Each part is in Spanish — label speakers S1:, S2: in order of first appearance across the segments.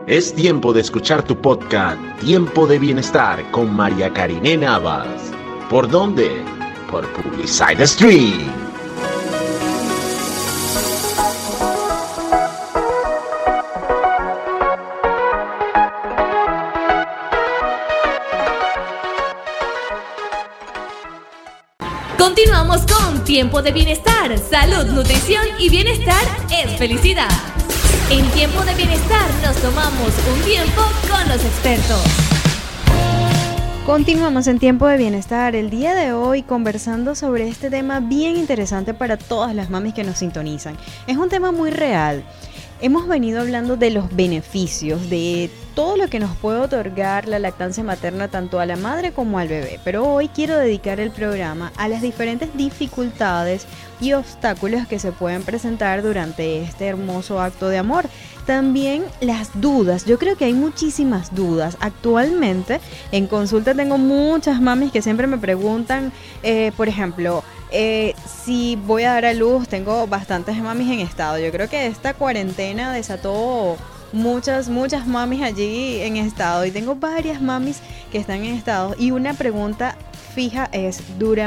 S1: Es tiempo de escuchar tu podcast Tiempo de Bienestar con María Karine Navas. ¿Por dónde? Por Publicide Stream.
S2: Continuamos con Tiempo de Bienestar. Salud, nutrición y bienestar es felicidad. En Tiempo de Bienestar nos tomamos un tiempo con los expertos.
S3: Continuamos en Tiempo de Bienestar, el día de hoy conversando sobre este tema bien interesante para todas las mamis que nos sintonizan. Es un tema muy real. Hemos venido hablando de los beneficios, de todo lo que nos puede otorgar la lactancia materna tanto a la madre como al bebé. Pero hoy quiero dedicar el programa a las diferentes dificultades y obstáculos que se pueden presentar durante este hermoso acto de amor. También las dudas, yo creo que hay muchísimas dudas. Actualmente en consulta tengo muchas mamis que siempre me preguntan, por ejemplo, si voy a dar a luz. Tengo bastantes mamis en estado. Yo creo que esta cuarentena desató muchas mamis allí en estado, y tengo varias mamis que están en estado, y una pregunta fija es: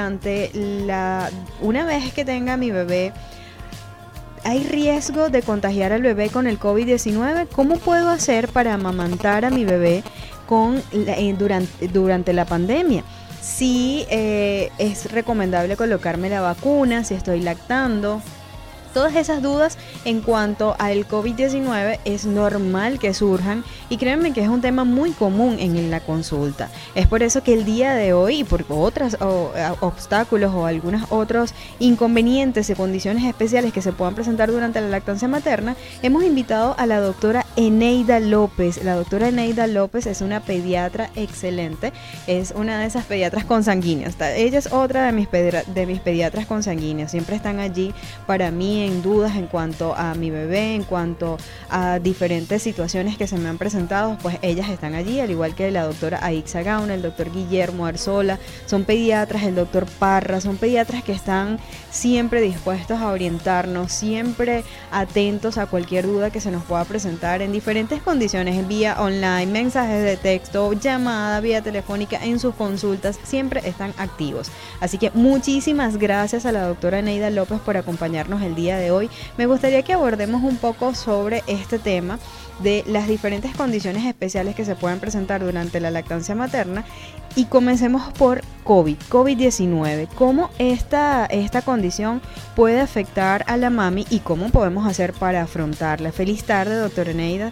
S3: una vez que tenga mi bebé, ¿hay riesgo de contagiar al bebé con el COVID-19? ¿Cómo puedo hacer para amamantar a mi bebé durante la pandemia? Si es recomendable colocarme la vacuna, si estoy lactando. Todas esas dudas en cuanto al COVID-19 es normal que surjan, y créanme que es un tema muy común en la consulta. Es por eso que el día de hoy, y por otros obstáculos o algunos otros inconvenientes y condiciones especiales que se puedan presentar durante la lactancia materna, hemos invitado a la doctora Eneida López. La doctora Eneida López es una pediatra excelente, es una de esas pediatras consanguíneas. Ella es otra de mis pediatras consanguíneas. Siempre están allí para mí en dudas en cuanto a mi bebé, en cuanto a diferentes situaciones que se me han presentado, pues ellas están allí, al igual que la doctora Aixa Gauna, el doctor Guillermo Arzola. Son pediatras, el doctor Parra, son pediatras que están siempre dispuestos a orientarnos, siempre atentos a cualquier duda que se nos pueda presentar en diferentes condiciones, vía online, mensajes de texto, llamada, vía telefónica, en sus consultas, siempre están activos. Así que muchísimas gracias a la doctora Eneida López por acompañarnos el día de hoy. Me gustaría que abordemos un poco sobre este tema de las diferentes condiciones especiales que se pueden presentar durante la lactancia materna, y comencemos por COVID-19. ¿Cómo esta condición puede afectar a la mami y cómo podemos hacer para afrontarla? Feliz tarde, doctora Eneida.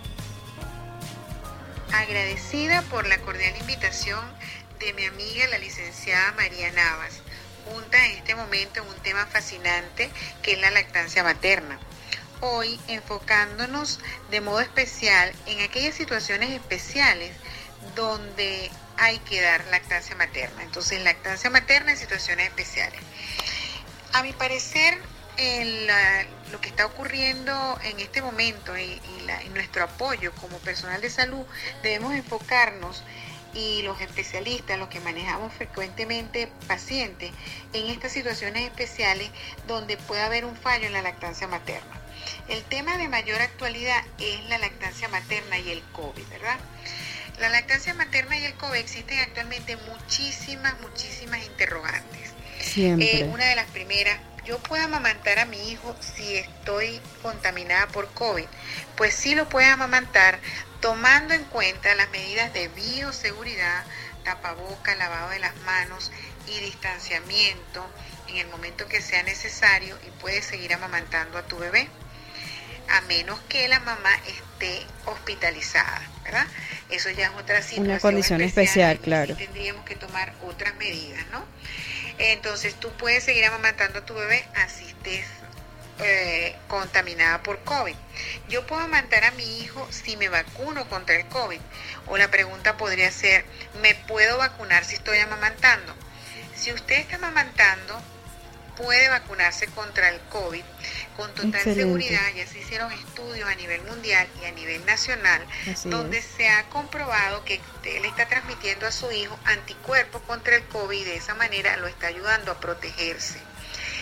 S4: Agradecida por la cordial invitación de mi amiga la licenciada María Navas, junta en este momento en un tema fascinante que es la lactancia materna. Hoy enfocándonos de modo especial en aquellas situaciones especiales donde hay que dar lactancia materna. Entonces, lactancia materna en situaciones especiales. A mi parecer, lo que está ocurriendo en este momento y nuestro apoyo como personal de salud, debemos enfocarnos, y los especialistas, los que manejamos frecuentemente pacientes, en estas situaciones especiales donde puede haber un fallo en la lactancia materna. El tema de mayor actualidad es la lactancia materna y el COVID, ¿verdad? La lactancia materna y el COVID, existen actualmente muchísimas interrogantes. Una de las primeras: ¿yo puedo amamantar a mi hijo si estoy contaminada por COVID? Pues sí lo puede amamantar, tomando en cuenta las medidas de bioseguridad, tapaboca, lavado de las manos y distanciamiento en el momento que sea necesario, y puedes seguir amamantando a tu bebé, a menos que la mamá esté hospitalizada, ¿verdad? Eso ya es otra situación,
S3: una condición especial, claro.
S4: Sí, tendríamos que tomar otras medidas, ¿no? Entonces tú puedes seguir amamantando a tu bebé así estés contaminada por COVID. Yo puedo amamantar a mi hijo si me vacuno contra el COVID. O la pregunta podría ser: ¿me puedo vacunar si estoy amamantando? Si usted está amamantando, puede vacunarse contra el COVID con total seguridad. Ya se hicieron estudios a nivel mundial y a nivel nacional, donde se ha comprobado que él está transmitiendo a su hijo anticuerpos contra el COVID, y de esa manera lo está ayudando a protegerse.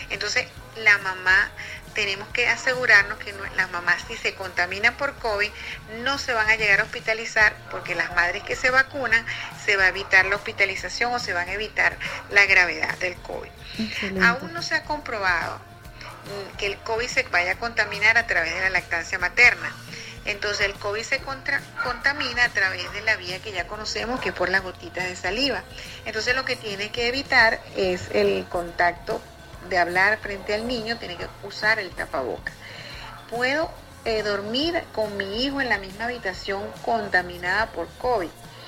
S4: Entonces, la mamá, tenemos que asegurarnos que las mamás, si se contaminan por COVID, no se van a llegar a hospitalizar, porque las madres que se vacunan, se va a evitar la hospitalización o se van a evitar la gravedad del COVID. Excelente. Aún no se ha comprobado que el COVID se vaya a contaminar a través de la lactancia materna. Entonces el COVID se contamina a través de la vía que ya conocemos, que es por las gotitas de saliva. Entonces lo que tiene que evitar es el contacto de hablar frente al niño, tiene que usar el tapabocas. Puedo dormir con mi hijo en la misma habitación contaminada por COVID.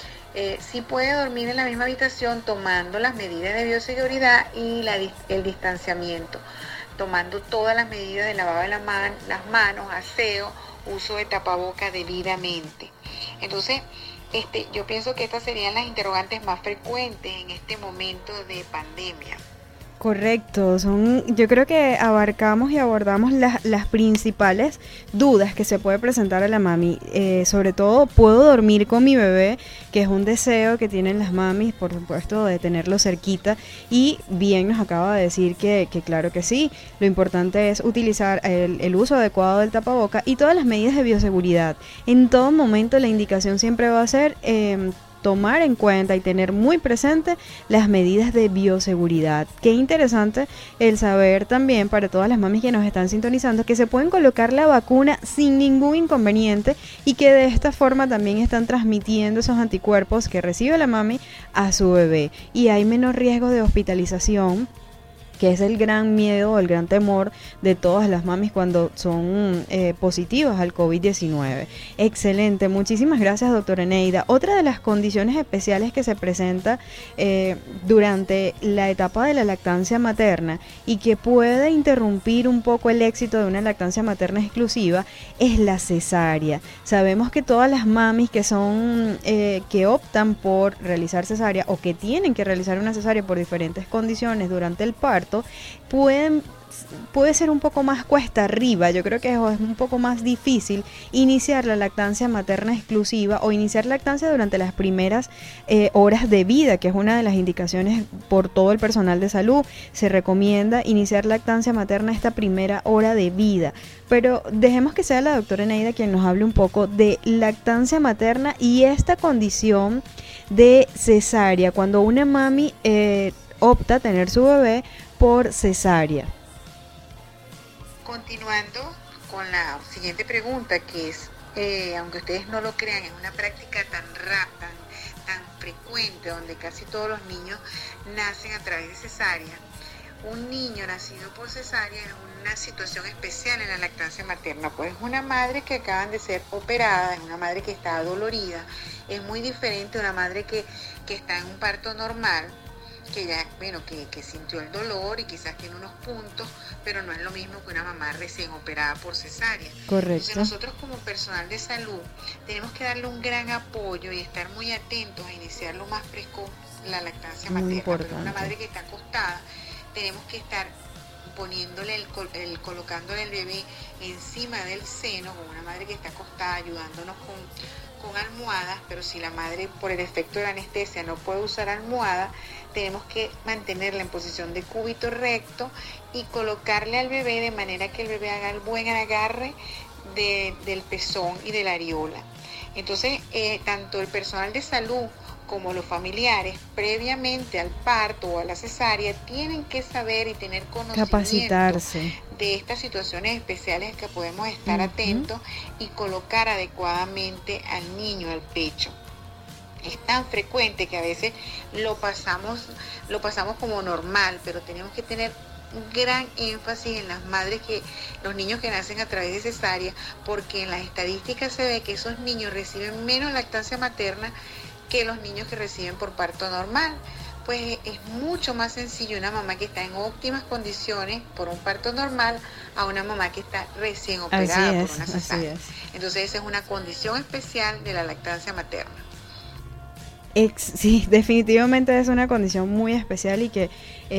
S4: Sí puede dormir en la misma habitación tomando las medidas de bioseguridad y el distanciamiento, tomando todas las medidas de lavado de las manos, aseo, uso de tapabocas debidamente. Entonces, yo pienso que estas serían las interrogantes más frecuentes en este momento de pandemia.
S3: Correcto, yo creo que abarcamos y abordamos las principales dudas que se puede presentar a la mami. Sobre todo, ¿puedo dormir con mi bebé? Que es un deseo que tienen las mamis, por supuesto, de tenerlo cerquita. Y bien nos acaba de decir que claro que sí. Lo importante es utilizar el uso adecuado del tapaboca y todas las medidas de bioseguridad. En todo momento la indicación siempre va a ser tomar en cuenta y tener muy presente las medidas de bioseguridad. Qué interesante el saber también para todas las mamis que nos están sintonizando que se pueden colocar la vacuna sin ningún inconveniente y que de esta forma también están transmitiendo esos anticuerpos que recibe la mami a su bebé y hay menos riesgo de hospitalización, que es el gran miedo, el gran temor de todas las mamis cuando son positivas al COVID-19. Excelente, muchísimas gracias, doctora Eneida. Otra de las condiciones especiales que se presenta durante la etapa de la lactancia materna y que puede interrumpir un poco el éxito de una lactancia materna exclusiva es la cesárea. Sabemos que todas las mamis que son que optan por realizar cesárea o que tienen que realizar una cesárea por diferentes condiciones durante el parto, puede ser un poco más cuesta arriba. Yo creo que es un poco más difícil iniciar la lactancia materna exclusiva o iniciar lactancia durante las primeras horas de vida, que es una de las indicaciones por todo el personal de salud. Se recomienda iniciar lactancia materna esta primera hora de vida. Pero dejemos que sea la doctora Eneida quien nos hable un poco de lactancia materna y esta condición de cesárea, cuando una mami opta a tener su bebé por cesárea.
S4: Continuando con la siguiente pregunta, que es, aunque ustedes no lo crean, es una práctica tan frecuente, donde casi todos los niños nacen a través de cesárea. Un niño nacido por cesárea es una situación especial en la lactancia materna, pues es una madre que acaban de ser operada, es una madre que está dolorida, es muy diferente a una madre que está en un parto normal, que ya, que sintió el dolor y quizás tiene unos puntos, pero no es lo mismo que una mamá recién operada por cesárea.
S3: Correcto.
S4: Entonces nosotros como personal de salud tenemos que darle un gran apoyo y estar muy atentos a iniciar lo más precoz la lactancia materna. Pero una madre que está acostada, tenemos que estar colocándole el bebé encima del seno, con una madre que está acostada ayudándonos con almohadas, pero si la madre por el efecto de la anestesia no puede usar almohada, tenemos que mantenerla en posición de cúbito recto y colocarle al bebé de manera que el bebé haga el buen agarre del pezón y de la areola. Entonces, tanto el personal de salud como los familiares, previamente al parto o a la cesárea, tienen que saber y tener conocimiento,
S3: capacitarse
S4: de estas situaciones especiales que podemos estar atentos y colocar adecuadamente al niño al pecho. Es tan frecuente que a veces lo pasamos como normal, pero tenemos que tener un gran énfasis en las madres, los niños que nacen a través de cesárea, porque en las estadísticas se ve que esos niños reciben menos lactancia materna que los niños que reciben por parto normal. Pues es mucho más sencillo una mamá que está en óptimas condiciones por un parto normal a una mamá que está recién operada por una cesárea. Entonces esa es una condición especial de la lactancia materna.
S3: Sí, definitivamente es una condición muy especial y que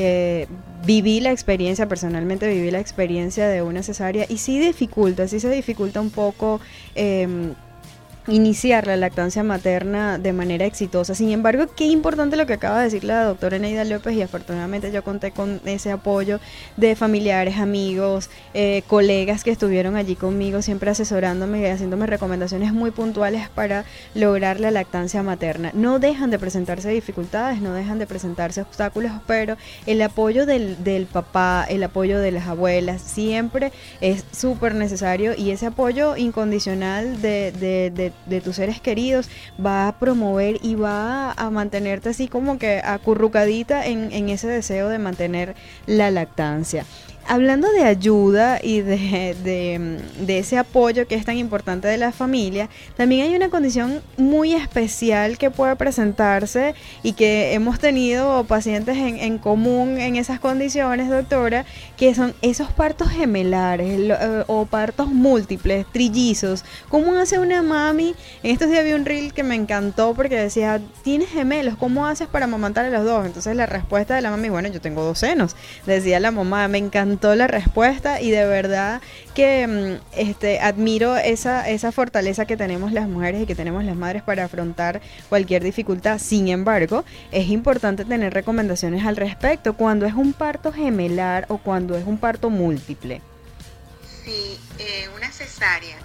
S3: personalmente viví la experiencia de una cesárea y sí se dificulta un poco iniciar la lactancia materna de manera exitosa. Sin embargo, qué importante lo que acaba de decir la doctora Eneida López, y afortunadamente yo conté con ese apoyo de familiares, amigos, colegas que estuvieron allí conmigo, siempre asesorándome y haciéndome recomendaciones muy puntuales para lograr la lactancia materna. No dejan de presentarse dificultades, no dejan de presentarse obstáculos, pero el apoyo del papá, el apoyo de las abuelas, siempre es súper necesario, y ese apoyo incondicional de tus seres queridos va a promover y va a mantenerte así como que acurrucadita en ese deseo de mantener la lactancia. Hablando de ayuda y de ese apoyo que es tan importante de la familia, también hay una condición muy especial que puede presentarse y que hemos tenido pacientes en común en esas condiciones, doctora, que son esos partos gemelares o partos múltiples, trillizos. ¿Cómo hace una mami? En estos días vi un reel que me encantó porque decía, ¿tienes gemelos? ¿Cómo haces para amamantar a los dos? Entonces la respuesta de la mami, bueno, yo tengo 2 senos. Decía la mamá, me encantó la respuesta, y de verdad que admiro esa fortaleza que tenemos las mujeres y que tenemos las madres para afrontar cualquier dificultad. Sin embargo, es importante tener recomendaciones al respecto cuando es un parto gemelar o cuando es un parto múltiple.
S4: Sí, una cesárea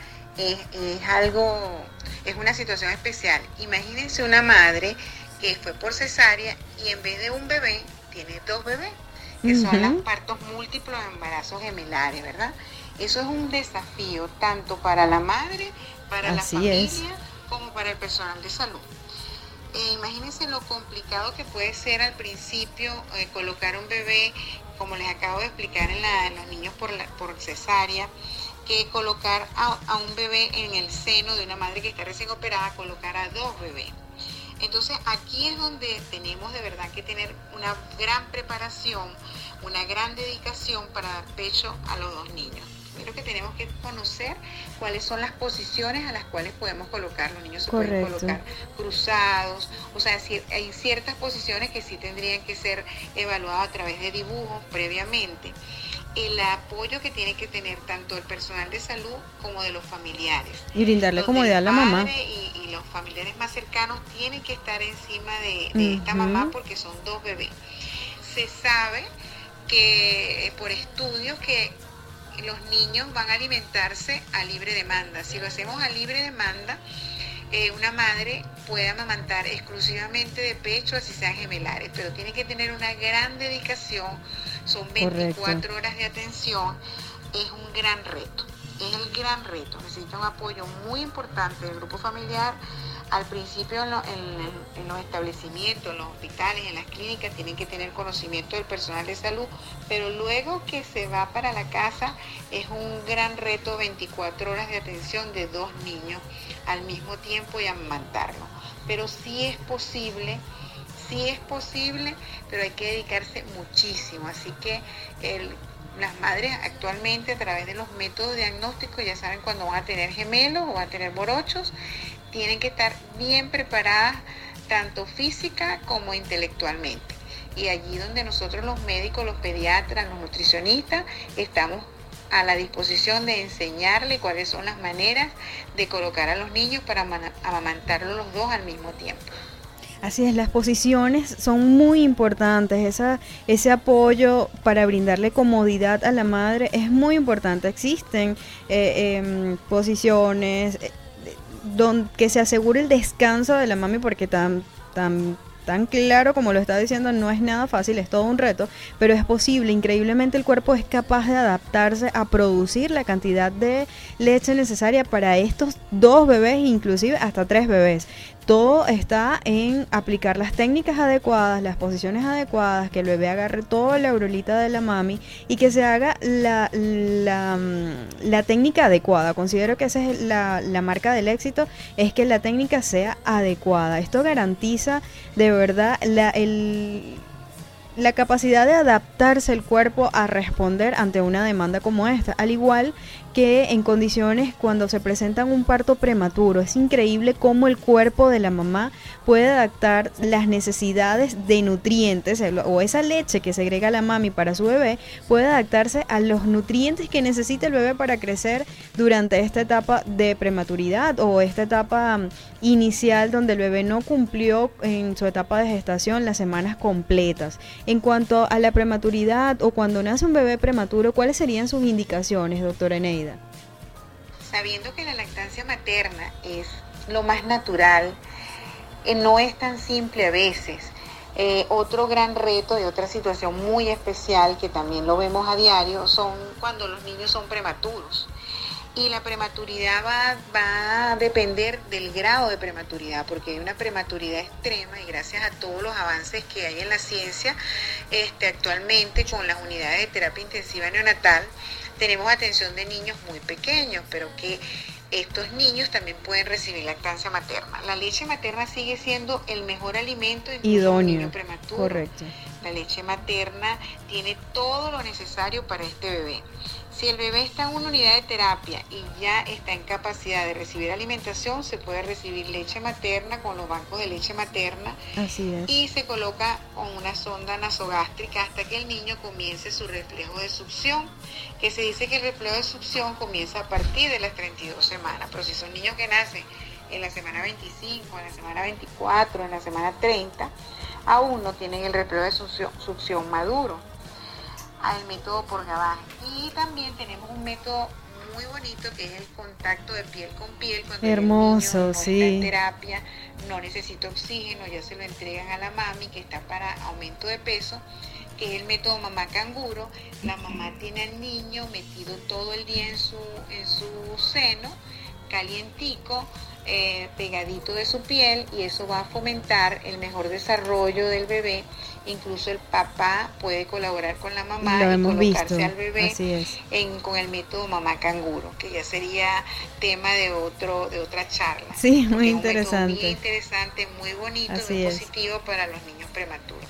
S4: es una situación especial. Imagínense una madre que fue por cesárea y en vez de un bebé tiene 2 bebés, que son los partos múltiples o embarazos gemelares, ¿verdad? Eso es un desafío tanto para la madre, para la familia, como para el personal de salud. Imagínense lo complicado que puede ser al principio colocar un bebé, como les acabo de explicar en los niños por cesárea, que colocar a un bebé en el seno de una madre que está recién operada, colocar a 2 bebés. Entonces aquí es donde tenemos de verdad que tener una gran preparación, una gran dedicación para dar pecho a los 2 niños. Primero que tenemos que conocer cuáles son las posiciones a las cuales podemos colocar. Los niños se pueden colocar cruzados, o sea, hay ciertas posiciones que sí tendrían que ser evaluadas a través de dibujos previamente. El apoyo que tiene que tener tanto el personal de salud como de los familiares.
S3: Y brindarle comodidad a la mamá.
S4: Y los familiares más cercanos tienen que estar encima de esta mamá porque son 2 bebés. Se sabe que por estudios que los niños van a alimentarse a libre demanda. Si lo hacemos a libre demanda, una madre puede amamantar exclusivamente de pecho, así sean gemelares, pero tiene que tener una gran dedicación, son 24 horas de atención, es un gran reto, es el gran reto, necesita un apoyo muy importante del grupo familiar. Al principio en los establecimientos, en los hospitales, en las clínicas, tienen que tener conocimiento del personal de salud, pero luego que se va para la casa es un gran reto, 24 horas de atención de 2 niños al mismo tiempo y amamantarlos. Pero sí es posible, pero hay que dedicarse muchísimo. Así que las madres actualmente a través de los métodos diagnósticos ya saben cuando van a tener gemelos o van a tener morochos, tienen que estar bien preparadas tanto física como intelectualmente. Y allí donde nosotros los médicos, los pediatras, los nutricionistas, estamos a la disposición de enseñarle cuáles son las maneras de colocar a los niños para amamantarlos los 2 al mismo tiempo.
S3: Así es, las posiciones son muy importantes, ese apoyo para brindarle comodidad a la madre es muy importante. Existen posiciones que se asegure el descanso de la mami, porque tan claro como lo está diciendo, no es nada fácil, es todo un reto, pero es posible. Increíblemente el cuerpo es capaz de adaptarse a producir la cantidad de leche necesaria para estos 2 bebés, inclusive hasta 3 bebés. Todo está en aplicar las técnicas adecuadas, las posiciones adecuadas, que el bebé agarre toda la aurolita de la mami y que se haga la técnica adecuada. Considero que esa es la marca del éxito, es que la técnica sea adecuada. Esto garantiza de verdad la capacidad de adaptarse el cuerpo a responder ante una demanda como esta, al igual que en condiciones cuando se presentan un parto prematuro, es increíble cómo el cuerpo de la mamá puede adaptar las necesidades de nutrientes o esa leche que segrega la mami para su bebé, puede adaptarse a los nutrientes que necesita el bebé para crecer durante esta etapa de prematuridad o esta etapa inicial donde el bebé no cumplió en su etapa de gestación las semanas completas. En cuanto a la prematuridad o cuando nace un bebé prematuro, ¿cuáles serían sus indicaciones, doctora Eneida?
S4: Sabiendo que la lactancia materna es lo más natural, no es tan simple a veces. Otro gran reto y otra situación muy especial que también lo vemos a diario son cuando los niños son prematuros. Y la prematuridad va a depender del grado de prematuridad, porque hay una prematuridad extrema y gracias a todos los avances que hay en la ciencia, actualmente con las unidades de terapia intensiva neonatal, tenemos atención de niños muy pequeños, pero que estos niños también pueden recibir lactancia materna. La leche materna sigue siendo el mejor alimento
S3: idóneo,
S4: un niño prematuro.
S3: Correcto.
S4: La leche materna tiene todo lo necesario para este bebé. Si el bebé está en una unidad de terapia y ya está en capacidad de recibir alimentación, se puede recibir leche materna con los bancos de leche materna.
S3: Así es.
S4: Y se coloca con una sonda nasogástrica hasta que el niño comience su reflejo de succión, que se dice que el reflejo de succión comienza a partir de las 32 semanas, pero si son niños que nacen en la semana 25, en la semana 24, en la semana 30, aún no tienen el reflejo de succión maduro. Al método por gavaje. Y también tenemos un método muy bonito que es el contacto de piel con piel. Cuando
S3: hermoso,
S4: el niño no
S3: sí.
S4: está en terapia, no necesita oxígeno, ya se lo entregan a la mami que está para aumento de peso, que es el método mamá canguro. La mamá tiene al niño metido todo el día en su seno, calientico, pegadito de su piel, y eso va a fomentar el mejor desarrollo del bebé. Incluso el papá puede colaborar con la mamá y colocarse al bebé con el método mamá canguro, que ya sería tema de otra charla.
S3: Sí, muy interesante.
S4: Muy interesante, muy bonito, muy positivo para los niños prematuros.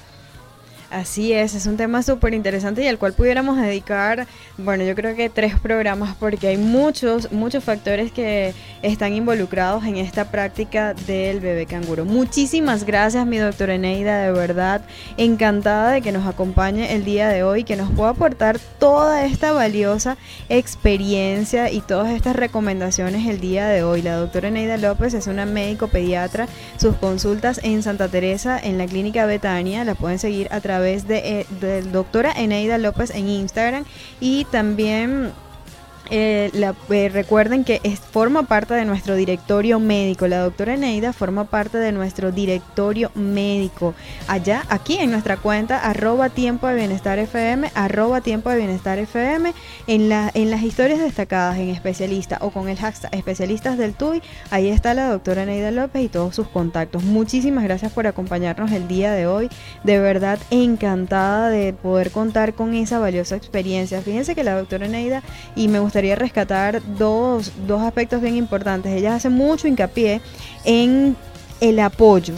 S3: Así es un tema súper interesante y al cual pudiéramos dedicar, bueno, yo creo que 3 programas porque hay muchos factores que están involucrados en esta práctica del bebé canguro. Muchísimas gracias, mi doctora Eneida, de verdad, encantada de que nos acompañe el día de hoy, que nos pueda aportar toda esta valiosa experiencia y todas estas recomendaciones el día de hoy. La doctora Eneida López es una médico pediatra, sus consultas en Santa Teresa, en la clínica Betania, la pueden seguir a través de doctora Eneida López en Instagram y también recuerden que forma parte de nuestro directorio médico. La doctora Eneida forma parte de nuestro directorio médico aquí en nuestra cuenta @tiempo de bienestar FM, @tiempo de bienestar FM, en las historias destacadas en especialista o con el hashtag especialistas del TUI. Ahí está la doctora Eneida López y todos sus contactos. Muchísimas gracias por acompañarnos el día de hoy, de verdad encantada de poder contar con esa valiosa experiencia. Fíjense que la doctora Eneida, y me gustaría rescatar dos aspectos bien importantes. Ella hace mucho hincapié en el apoyo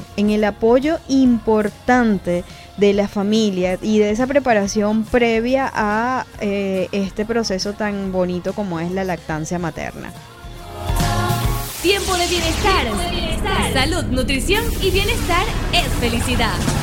S3: importante de la familia y de esa preparación previa a este proceso tan bonito como es la lactancia materna.
S2: Tiempo de bienestar. Salud, nutrición y bienestar es felicidad.